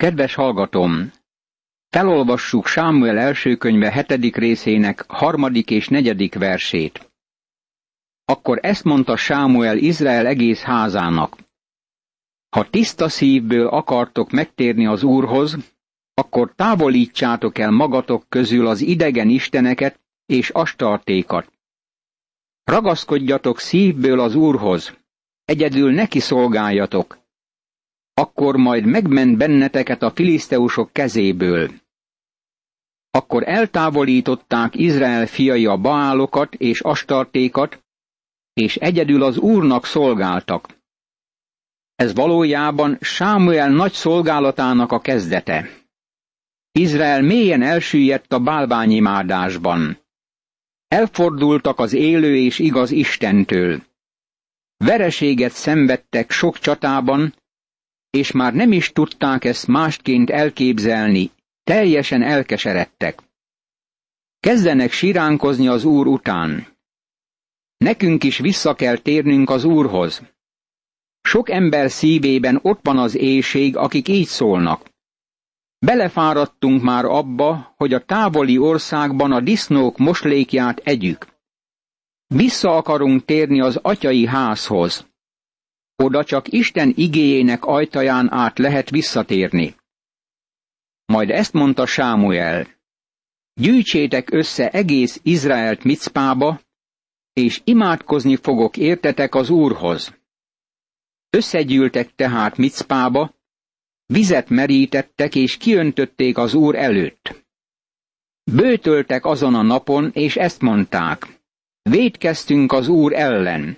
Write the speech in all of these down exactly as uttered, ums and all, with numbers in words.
Kedves hallgatom! Felolvassuk Sámuel első könyve hetedik részének harmadik és negyedik versét. Akkor ezt mondta Sámuel Izrael egész házának: ha tiszta szívből akartok megtérni az Úrhoz, akkor távolítsátok el magatok közül az idegen isteneket és astartékat. Ragaszkodjatok szívből az Úrhoz, egyedül neki szolgáljatok, akkor majd megment benneteket a filiszteusok kezéből. Akkor eltávolították Izrael fiai a baálokat és astartékat, és egyedül az Úrnak szolgáltak. Ez valójában Sámuel nagy szolgálatának a kezdete. Izrael mélyen elsüllyedt a bálványimádásban. Elfordultak az élő és igaz Istentől. Vereséget szenvedtek sok csatában, és már nem is tudták ezt másként elképzelni, teljesen elkeseredtek. Kezdenek siránkozni az Úr után. Nekünk is vissza kell térnünk az Úrhoz. Sok ember szívében ott van az éhség, akik így szólnak: belefáradtunk már abba, hogy a távoli országban a disznók moslékját együk. Vissza akarunk térni az atyai házhoz. Oda csak Isten igéjének ajtaján át lehet visszatérni. Majd ezt mondta Sámuel: gyűjtsétek össze egész Izraelt Micpába, és imádkozni fogok értetek az Úrhoz. Összegyűltek tehát Micpába, vizet merítettek és kiöntötték az Úr előtt. Bőtöltek azon a napon, és ezt mondták: vétkeztünk az Úr ellen.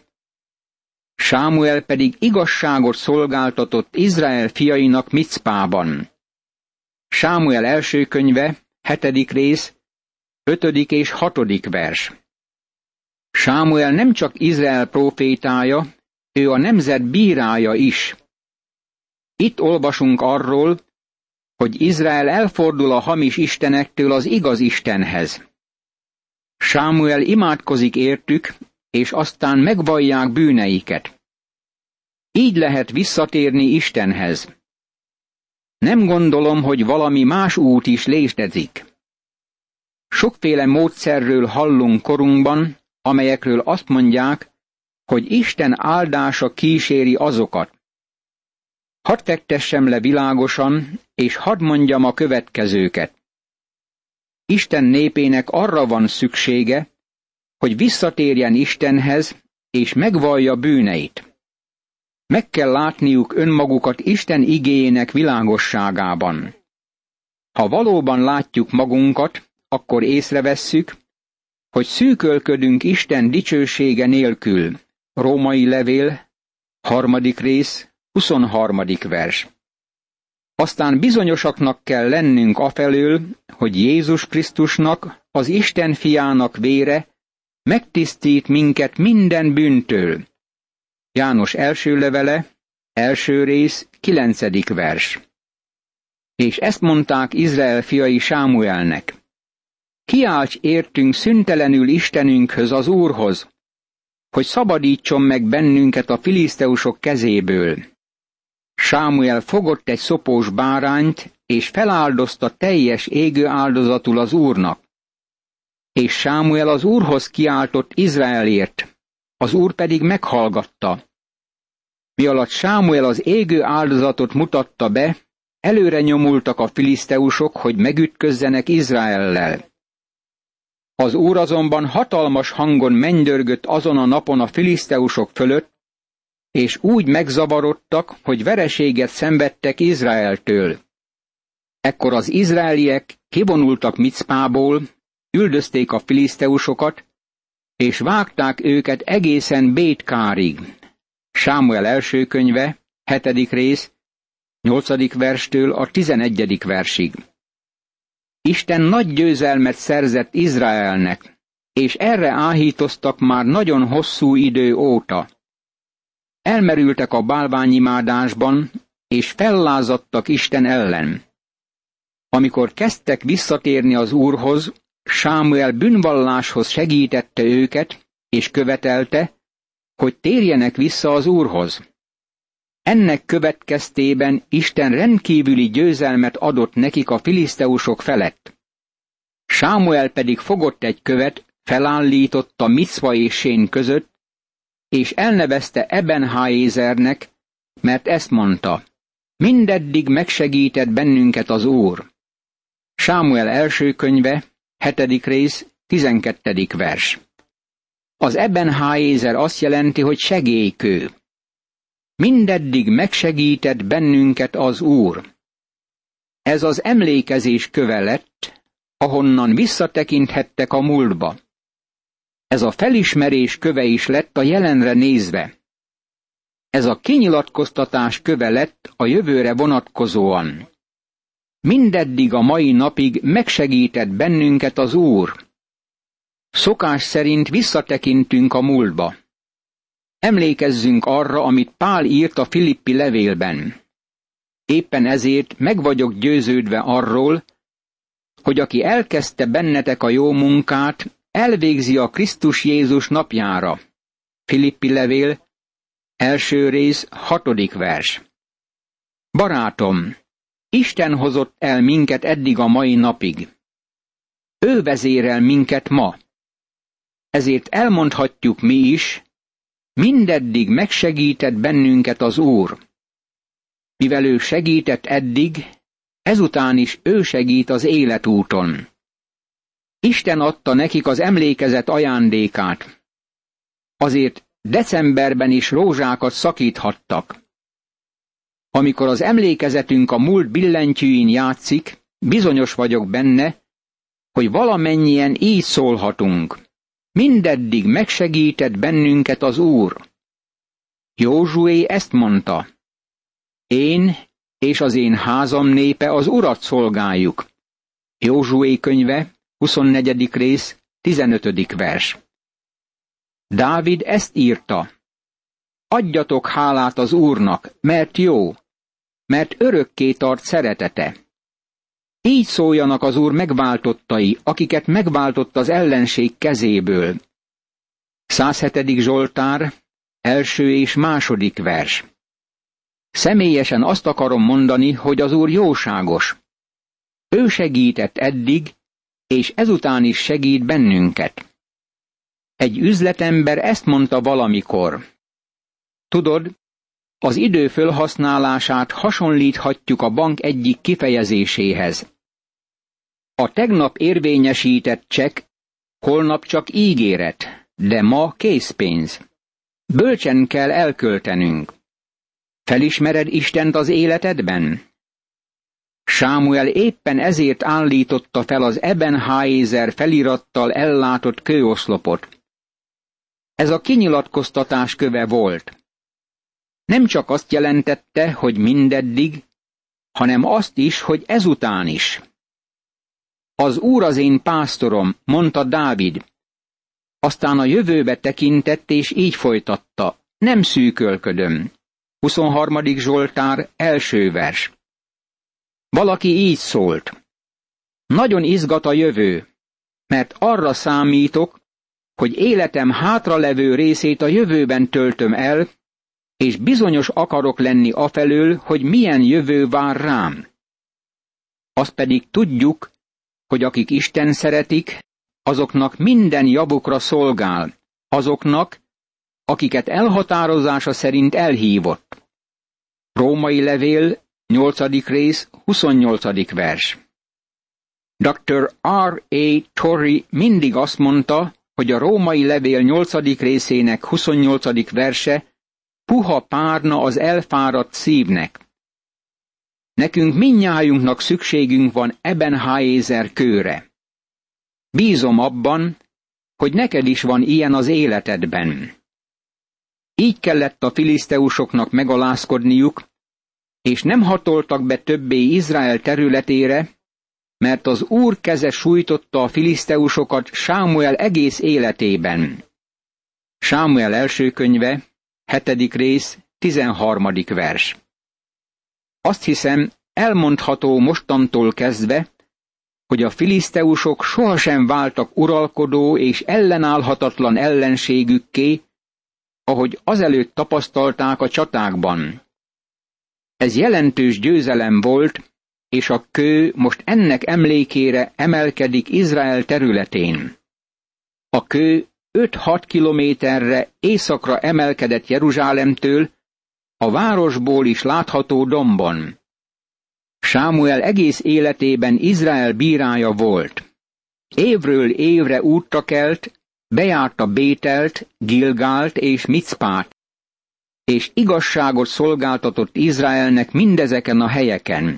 Sámuel pedig igazságot szolgáltatott Izrael fiainak Micpában. Sámuel első könyve, hetedik rész, ötödik és hatodik vers. Sámuel nem csak Izrael prófétája, ő a nemzet bírája is. Itt olvasunk arról, hogy Izrael elfordul a hamis istenektől az igaz Istenhez. Sámuel imádkozik értük, és aztán megvallják bűneiket. Így lehet visszatérni Istenhez. Nem gondolom, hogy valami más út is létezik. Sokféle módszerről hallunk korunkban, amelyekről azt mondják, hogy Isten áldása kíséri azokat. Hadd fektessem le világosan, és hadd mondjam a következőket. Isten népének arra van szüksége, hogy visszatérjen Istenhez, és megvallja bűneit. Meg kell látniuk önmagukat Isten igéjének világosságában. Ha valóban látjuk magunkat, akkor észrevesszük, hogy szűkölködünk Isten dicsősége nélkül. Római levél, harmadik rész, huszonharmadik vers. Aztán bizonyosaknak kell lennünk afelől, hogy Jézus Krisztusnak, az Isten fiának vére megtisztít minket minden bűntől. János első levele, első rész, kilencedik vers. És ezt mondták Izrael fiai Sámuelnek: kiálts értünk szüntelenül Istenünkhöz, az Úrhoz, hogy szabadítson meg bennünket a filiszteusok kezéből. Sámuel fogott egy szopós bárányt, és feláldozta teljes égő áldozatul az Úrnak. És Sámuel az Úrhoz kiáltott Izraelért, az Úr pedig meghallgatta. Mi alatt Sámuel az égő áldozatot mutatta be, előre nyomultak a filiszteusok, hogy megütközzenek Izraellel. Az Úr azonban hatalmas hangon mennydörgött azon a napon a filiszteusok fölött, és úgy megzavarodtak, hogy vereséget szenvedtek Izraeltől. Ekkor az izraeliek kivonultak Micpából, üldözték a filiszteusokat, és vágták őket egészen Bétkárig. Sámuel első könyve, hetedik rész, nyolcadik verstől a tizenegyedik versig. Isten nagy győzelmet szerzett Izraelnek, és erre áhítoztak már nagyon hosszú idő óta. Elmerültek a bálványimádásban, és fellázadtak Isten ellen. Amikor kezdtek visszatérni az Úrhoz, Sámuel bűnvalláshoz segítette őket, és követelte, hogy térjenek vissza az Úrhoz. Ennek következtében Isten rendkívüli győzelmet adott nekik a filiszteusok felett. Sámuel pedig fogott egy követ, felállította Micva és Sén között, és elnevezte Ebenháézernek, mert ezt mondta: mindeddig megsegített bennünket az Úr. Sámuel első könyve, hetedik rész, tizenkettedik vers. Az Ebenháézer azt jelenti, hogy segélykő. Mindeddig megsegített bennünket az Úr. Ez az emlékezés köve lett, ahonnan visszatekinthettek a múltba. Ez a felismerés köve is lett a jelenre nézve. Ez a kinyilatkoztatás köve lett a jövőre vonatkozóan. Mindeddig a mai napig megsegített bennünket az Úr. Szokás szerint visszatekintünk a múltba. Emlékezzünk arra, amit Pál írt a Filippi levélben. Éppen ezért meg vagyok győződve arról, hogy aki elkezdte bennetek a jó munkát, elvégzi a Krisztus Jézus napjára. Filippi levél, első rész, hatodik vers. Barátom, Isten hozott el minket eddig a mai napig. Ő vezérel minket ma. Ezért elmondhatjuk mi is, mindeddig megsegített bennünket az Úr. Mivel ő segített eddig, ezután is ő segít az életúton. Isten adta nekik az emlékezet ajándékát. Azért decemberben is rózsákat szakíthattak. Amikor az emlékezetünk a múlt billentyűin játszik, bizonyos vagyok benne, hogy valamennyien így szólhatunk: mindeddig megsegített bennünket az Úr. Józsué ezt mondta: én és az én házam népe az Urat szolgáljuk. Józsué könyve, huszonnegyedik rész, tizenötödik vers. Dávid ezt írta: adjatok hálát az Úrnak, mert jó, mert örökké tart szeretete. Így szóljanak az Úr megváltottai, akiket megváltott az ellenség kezéből. százhetedik Zsoltár, első és második vers. Személyesen azt akarom mondani, hogy az Úr jóságos. Ő segített eddig, és ezután is segít bennünket. Egy üzletember ezt mondta valamikor: tudod, az idő fölhasználását hasonlíthatjuk a bank egyik kifejezéséhez. A tegnap érvényesített csekk holnap csak ígéret, de ma készpénz. Bölcsen kell elköltenünk. Felismered Istent az életedben? Sámuel éppen ezért állította fel az Ebenháézer felirattal ellátott kőoszlopot. Ez a kinyilatkoztatás köve volt. Nem csak azt jelentette, hogy mindeddig, hanem azt is, hogy ezután is. Az Úr az én pásztorom, mondta Dávid. Aztán a jövőbe tekintett, és így folytatta: nem szűkölködöm. huszonharmadik Zsoltár, első vers. Valaki így szólt: nagyon izgat a jövő, mert arra számítok, hogy életem hátralevő részét a jövőben töltöm el, és bizonyos akarok lenni afelől, hogy milyen jövő vár rám. Azt pedig tudjuk, hogy akik Isten szeretik, azoknak minden javukra szolgál, azoknak, akiket elhatározása szerint elhívott. Római levél, nyolcadik rész, huszonnyolcadik vers. doktor er á. Torrey mindig azt mondta, hogy a római levél nyolcadik részének huszonnyolcadik verse puha párna az elfáradt szívnek. Nekünk mindnyájunknak szükségünk van Ebenháézer kőre. Bízom abban, hogy neked is van ilyen az életedben. Így kellett a filiszteusoknak megalázkodniuk, és nem hatoltak be többé Izrael területére, mert az Úr keze sújtotta a filiszteusokat Sámuel egész életében. Sámuel első könyve, hetedik rész, tizenharmadik vers. Azt hiszem, elmondható mostantól kezdve, hogy a filiszteusok sohasem váltak uralkodó és ellenállhatatlan ellenségükké, ahogy azelőtt tapasztalták a csatákban. Ez jelentős győzelem volt, és a kő most ennek emlékére emelkedik Izrael területén. A kő öt-hat kilométerre északra emelkedett Jeruzsálemtől, a városból is látható dombon. Sámuel egész életében Izrael bírája volt. Évről évre útra kelt, bejárta Bételt, Gilgált és Micpát, és igazságot szolgáltatott Izraelnek mindezeken a helyeken.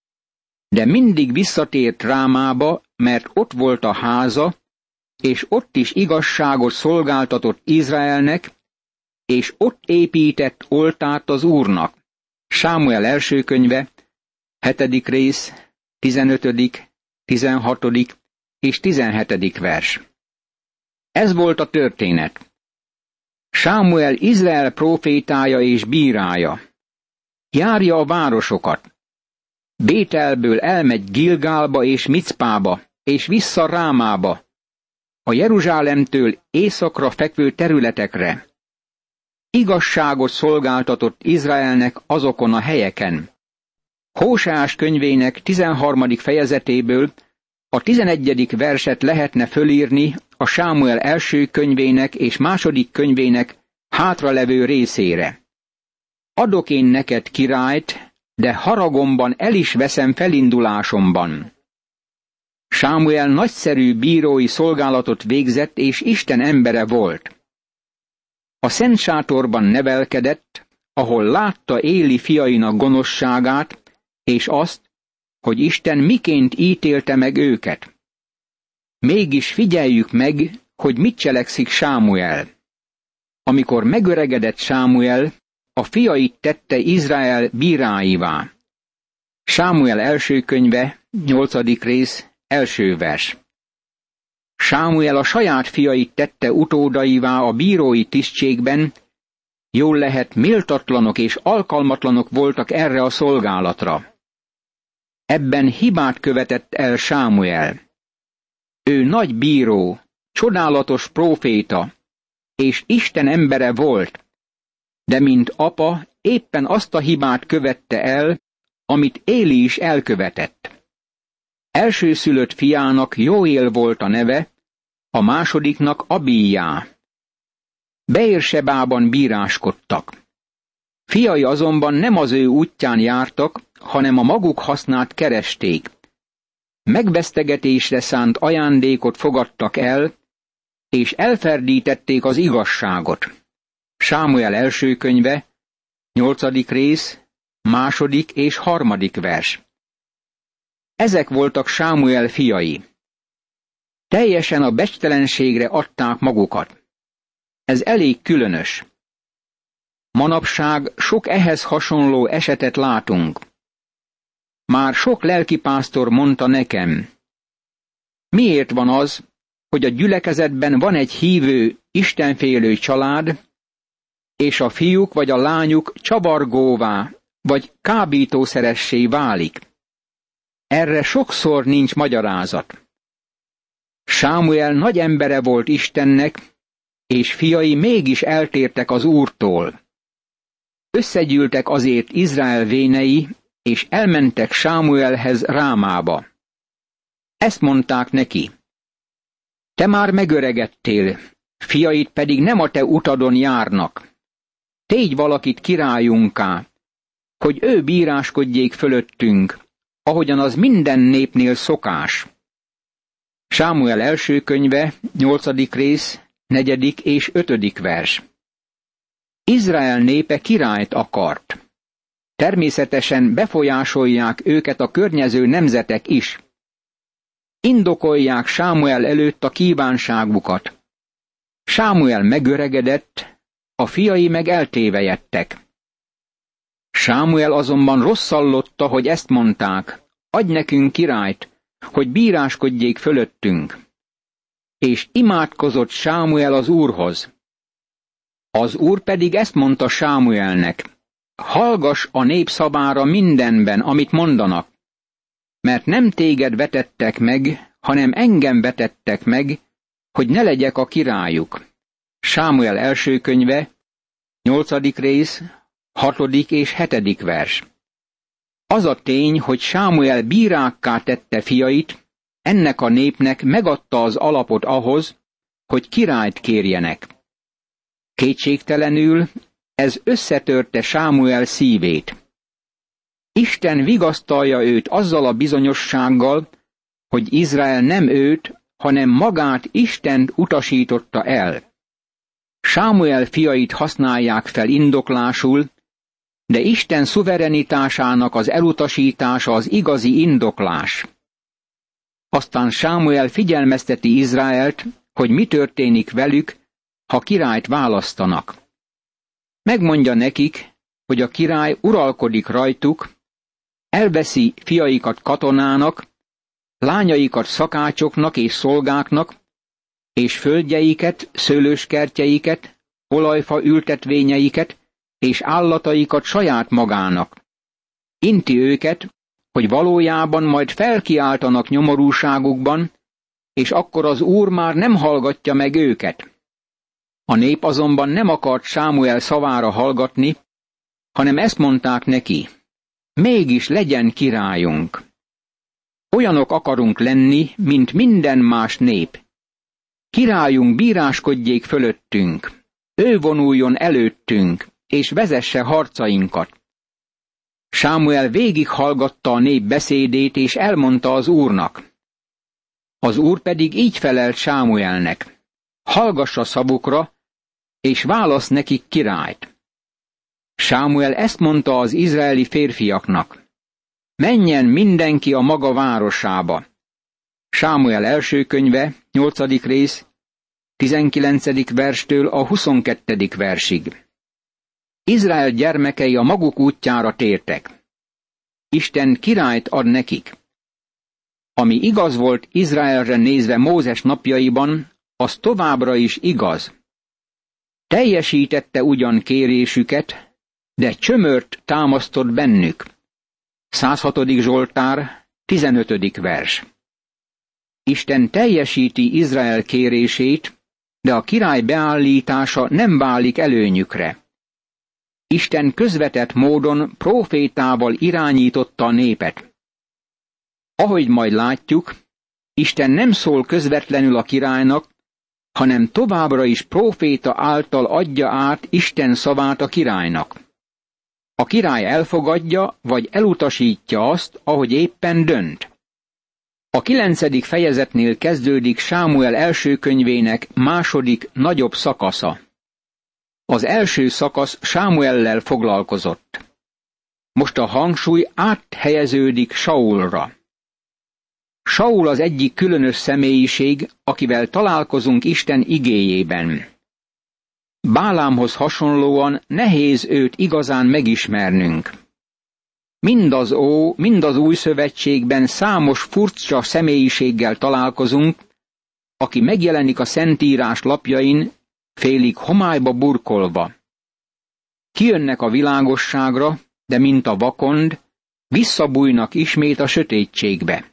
De mindig visszatért Rámába, mert ott volt a háza, és ott is igazságot szolgáltatott Izraelnek, és ott épített oltárt az Úrnak. Sámuel első könyve, hetedik rész, tizenötödik, tizenhatodik és tizenhetedik vers. Ez volt a történet. Sámuel Izrael prófétája és bírája. Járja a városokat. Bételből elmegy Gilgálba és Micpába, és vissza Rámába, a Jeruzsálemtől északra fekvő területekre. Igazságot szolgáltatott Izraelnek azokon a helyeken. Hóseás könyvének tizenharmadik fejezetéből a tizenegyedik verset lehetne fölírni a Sámuel első könyvének és második könyvének hátralevő részére. Adok én neked királyt, de haragomban el is veszem felindulásomban. Sámuel nagyszerű bírói szolgálatot végzett, és Isten embere volt. A Szent Sátorban nevelkedett, ahol látta Éli fiainak gonoszságát, és azt, hogy Isten miként ítélte meg őket. Mégis figyeljük meg, hogy mit cselekszik Sámuel. Amikor megöregedett Sámuel, a fiait tette Izrael bíráivá. Sámuel első könyve, nyolcadik rész, első vers. Sámuel a saját fiait tette utódaivá a bírói tisztségben, jól lehet méltatlanok és alkalmatlanok voltak erre a szolgálatra. Ebben hibát követett el Sámuel. Ő nagy bíró, csodálatos próféta, és Isten embere volt, de mint apa éppen azt a hibát követte el, amit Éli is elkövetett. Elsőszülött fiának Jóél volt a neve, a másodiknak Abijá. Beérsebában bíráskodtak. Fiai azonban nem az ő útján jártak, hanem a maguk hasznát keresték. Megvesztegetésre szánt ajándékot fogadtak el, és elferdítették az igazságot. Sámuel első könyve, nyolcadik rész, második és harmadik vers. Ezek voltak Sámuel fiai. Teljesen a becstelenségre adták magukat. Ez elég különös. Manapság sok ehhez hasonló esetet látunk. Már sok lelkipásztor mondta nekem, miért van az, hogy a gyülekezetben van egy hívő, istenfélő család, és a fiúk vagy a lányuk csavargóvá, vagy kábítószeressé válik. Erre sokszor nincs magyarázat. Sámuel nagy embere volt Istennek, és fiai mégis eltértek az Úrtól. Összegyűltek azért Izrael vénei, és elmentek Sámuelhez Rámába. Ezt mondták neki: te már megöregedtél, fiaid pedig nem a te utadon járnak. Tégy valakit királyunká, hogy ő bíráskodjék fölöttünk, ahogyan az minden népnél szokás. Sámuel első könyve, nyolcadik rész, negyedik és ötödik vers. Izrael népe királyt akart. Természetesen befolyásolják őket a környező nemzetek is. Indokolják Sámuel előtt a kívánságukat. Sámuel megöregedett, a fiai meg eltévejedtek. Sámuel azonban rosszallotta, hogy ezt mondták: adj nekünk királyt, hogy bíráskodjék fölöttünk. És imádkozott Sámuel az Úrhoz. Az Úr pedig ezt mondta Sámuelnek: hallgass a nép szavára mindenben, amit mondanak, mert nem téged vetettek meg, hanem engem vetettek meg, hogy ne legyek a királyuk. Sámuel első könyve, nyolcadik rész, hatodik és hetedik vers. Az a tény, hogy Sámuel bírákká tette fiait, ennek a népnek megadta az alapot ahhoz, hogy királyt kérjenek. Kétségtelenül ez összetörte Sámuel szívét. Isten vigasztalja őt azzal a bizonyossággal, hogy Izrael nem őt, hanem magát Istent utasította el. Sámuel fiait használják fel indoklásul, de Isten szuverenitásának az elutasítása az igazi indoklás. Aztán Sámuel figyelmezteti Izraelt, hogy mi történik velük, ha királyt választanak. Megmondja nekik, hogy a király uralkodik rajtuk, elveszi fiaikat katonának, lányaikat szakácsoknak és szolgáknak, és földjeiket, szőlőskertjeiket, olajfa ültetvényeiket és állataikat saját magának. Inti őket, hogy valójában majd felkiáltanak nyomorúságukban, és akkor az Úr már nem hallgatja meg őket. A nép azonban nem akart Sámuel szavára hallgatni, hanem ezt mondták neki: mégis legyen királyunk. Olyanok akarunk lenni, mint minden más nép. Királyunk bíráskodjék fölöttünk, ő vonuljon előttünk, és vezesse harcainkat. Sámuel végighallgatta a nép beszédét, és elmondta az Úrnak. Az Úr pedig így felelt Sámuelnek: hallgass a szavukra, és válasz nekik királyt. Sámuel ezt mondta az izraeli férfiaknak: menjen mindenki a maga városába. Sámuel első könyve, nyolcadik rész, tizenkilencedik verstől a huszonkettedik versig. Izrael gyermekei a maguk útjára tértek. Isten királyt ad nekik. Ami igaz volt Izraelre nézve Mózes napjaiban, az továbbra is igaz. Teljesítette ugyan kérésüket, de csömört támasztott bennük. százhatodik Zsoltár, tizenötödik vers. Isten teljesíti Izrael kérését, de a király beállítása nem válik előnyükre. Isten közvetett módon prófétával irányította a népet. Ahogy majd látjuk, Isten nem szól közvetlenül a királynak, hanem továbbra is próféta által adja át Isten szavát a királynak. A király elfogadja, vagy elutasítja azt, ahogy éppen dönt. A kilencedik fejezetnél kezdődik Sámuel első könyvének második, nagyobb szakasza. Az első szakasz Sámuellel foglalkozott. Most a hangsúly áthelyeződik Saulra. Saul az egyik különös személyiség, akivel találkozunk Isten igéjében. Bálámhoz hasonlóan nehéz őt igazán megismernünk. Mind az Ó, mind az Új Szövetségben számos furcsa személyiséggel találkozunk, aki megjelenik a Szentírás lapjain, félig homályba burkolva. Kijönnek a világosságra, de mint a vakond, visszabújnak ismét a sötétségbe.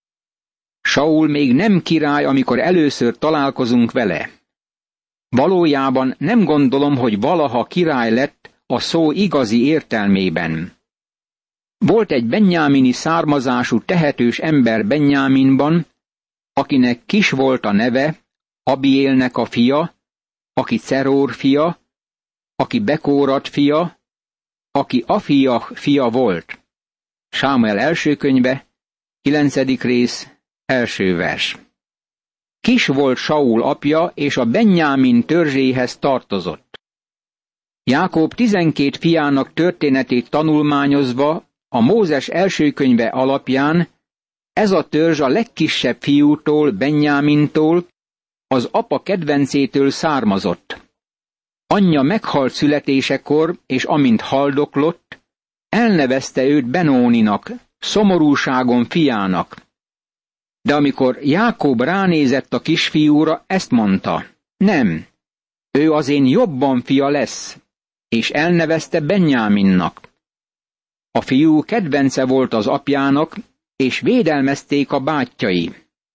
Saul még nem király, amikor először találkozunk vele. Valójában nem gondolom, hogy valaha király lett a szó igazi értelmében. Volt egy benjámini származású tehetős ember Benjáminban, akinek Kis volt a neve, Abiélnek a fia, aki Cerór fia, aki Bekórat fia, aki Afiach fia volt. Sámuel első könyve, kilencedik rész, első vers. Kis volt Saul apja, és a Benjámin törzséhez tartozott. Jákob tizenkét fiának történetét tanulmányozva, a Mózes első könyve alapján ez a törzs a legkisebb fiútól, Benjámintól, az apa kedvencétől származott. Anyja meghalt születésekor, és amint haldoklott, elnevezte őt Benóninak, szomorúságon fiának. De amikor Jákob ránézett a kisfiúra, ezt mondta: nem, ő az én jobban fia lesz, és elnevezte Benjáminnak. A fiú kedvence volt az apjának, és védelmezték a bátyjai.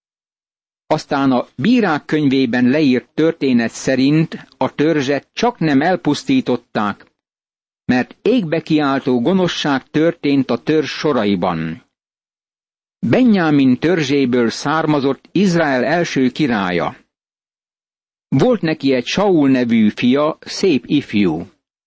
Aztán a Bírák könyvében leírt történet szerint a törzset csak nem elpusztították, mert égbe kiáltó gonoszság történt a törzs soraiban. Benjámin törzséből származott Izrael első királya. Volt neki egy Saul nevű fia, szép ifjú.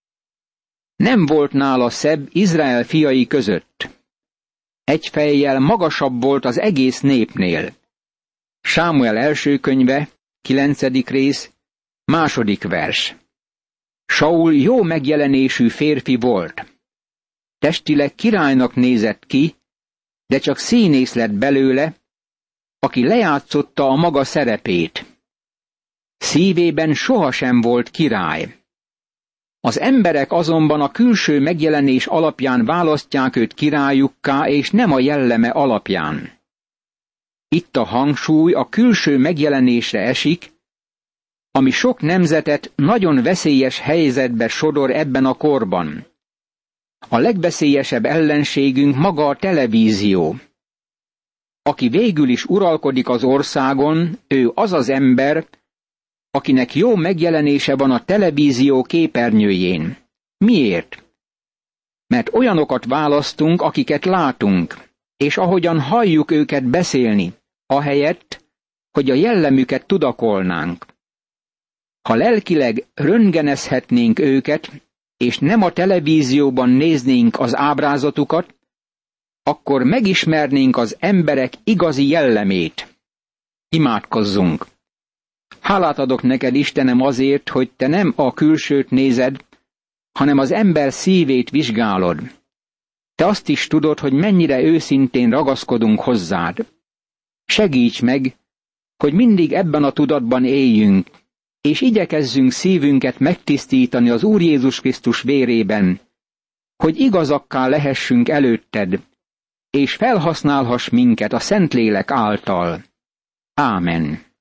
Nem volt nála szebb Izrael fiai között. Egy fejjel magasabb volt az egész népnél. Sámuel első könyve, kilencedik rész, második vers. Saul jó megjelenésű férfi volt. Testileg királynak nézett ki, de csak színész lett belőle, aki lejátszotta a maga szerepét. Szívében sohasem volt király. Az emberek azonban a külső megjelenés alapján választják őt királyukká, és nem a jelleme alapján. Itt a hangsúly a külső megjelenésre esik, ami sok nemzetet nagyon veszélyes helyzetbe sodor ebben a korban. A legveszélyesebb ellenségünk maga a televízió. Aki végül is uralkodik az országon, ő az az ember, akinek jó megjelenése van a televízió képernyőjén. Miért? Mert olyanokat választunk, akiket látunk, és ahogyan halljuk őket beszélni, ahelyett, hogy a jellemüket tudakolnánk. Ha lelkileg röntgenezhetnénk őket, és nem a televízióban néznénk az ábrázatukat, akkor megismernénk az emberek igazi jellemét. Imádkozzunk! Hálát adok neked, Istenem, azért, hogy te nem a külsőt nézed, hanem az ember szívét vizsgálod. Te azt is tudod, hogy mennyire őszintén ragaszkodunk hozzád. Segíts meg, hogy mindig ebben a tudatban éljünk, és igyekezzünk szívünket megtisztítani az Úr Jézus Krisztus vérében, hogy igazakká lehessünk előtted, és felhasználhass minket a Szentlélek által. Ámen.